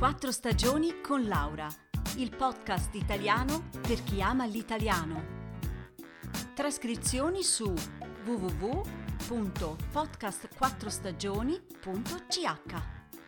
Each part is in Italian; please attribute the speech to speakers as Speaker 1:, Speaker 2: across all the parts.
Speaker 1: Quattro stagioni con Laura, il podcast italiano per chi ama l'italiano. Trascrizioni su www.podcastquattrostagioni.ch.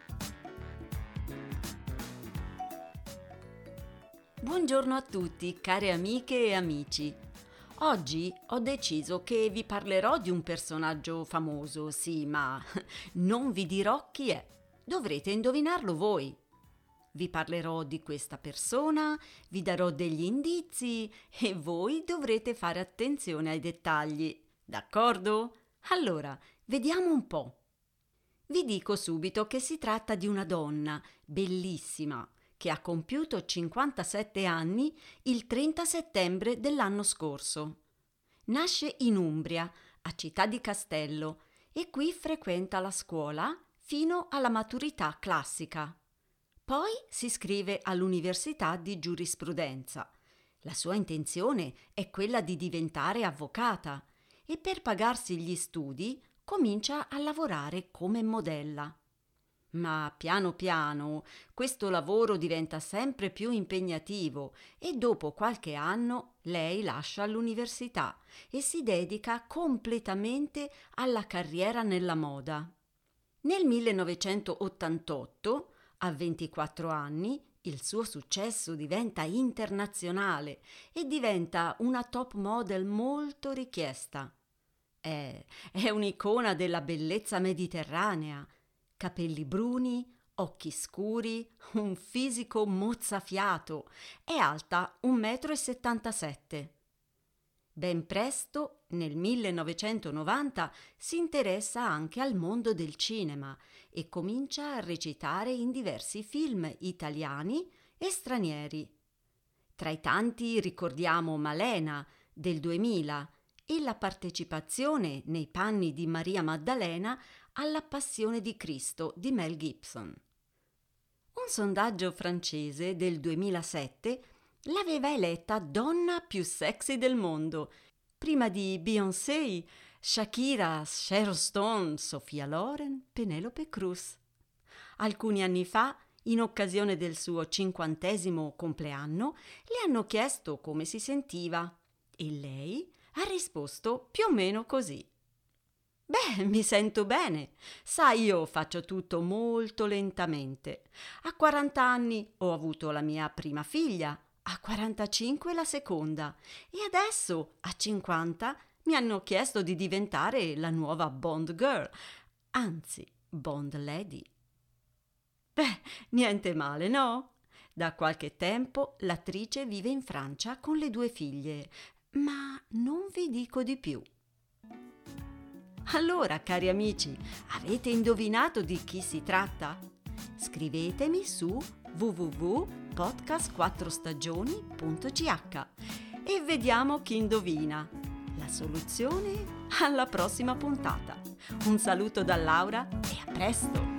Speaker 1: Buongiorno a tutti, care amiche e amici. Oggi ho deciso che vi parlerò di un personaggio famoso, sì, ma non vi dirò chi è. Dovrete indovinarlo voi. Vi parlerò di questa persona, vi darò degli indizi e voi dovrete fare attenzione ai dettagli, d'accordo? Allora, vediamo un po'. Vi dico subito che si tratta di una donna bellissima che ha compiuto 57 anni il 30 settembre dell'anno scorso. Nasce in Umbria, a Città di Castello, e qui frequenta la scuola fino alla maturità classica. Poi si iscrive all'Università di Giurisprudenza. La sua intenzione è quella di diventare avvocata e per pagarsi gli studi comincia a lavorare come modella. Ma piano piano questo lavoro diventa sempre più impegnativo e dopo qualche anno lei lascia l'università e si dedica completamente alla carriera nella moda. Nel 1988, a 24 anni, il suo successo diventa internazionale e diventa una top model molto richiesta. È un'icona della bellezza mediterranea. Capelli bruni, occhi scuri, un fisico mozzafiato. È alta 1,77 m. Ben presto, nel 1990, si interessa anche al mondo del cinema e comincia a recitare in diversi film italiani e stranieri. Tra i tanti ricordiamo Malena del 2000 e la partecipazione nei panni di Maria Maddalena alla Passione di Cristo di Mel Gibson. Un sondaggio francese del 2007 l'aveva eletta donna più sexy del mondo, prima di Beyoncé, Shakira, Sharon Stone, Sofia Loren, Penelope Cruz. Alcuni anni fa, in occasione del suo 50° compleanno, le hanno chiesto come si sentiva e lei ha risposto più o meno così. Beh, mi sento bene. Sai, io faccio tutto molto lentamente. A 40 anni ho avuto la mia prima figlia, a 45 la seconda e adesso, a 50, mi hanno chiesto di diventare la nuova Bond Girl, anzi, Bond Lady. Beh, niente male, no? Da qualche tempo l'attrice vive in Francia con le 2 figlie, ma non vi dico di più. Allora, cari amici, avete indovinato di chi si tratta? Scrivetemi su www.podcastquattrostagioni.ch e vediamo chi indovina. La soluzione alla prossima puntata. Un saluto da Laura e a presto!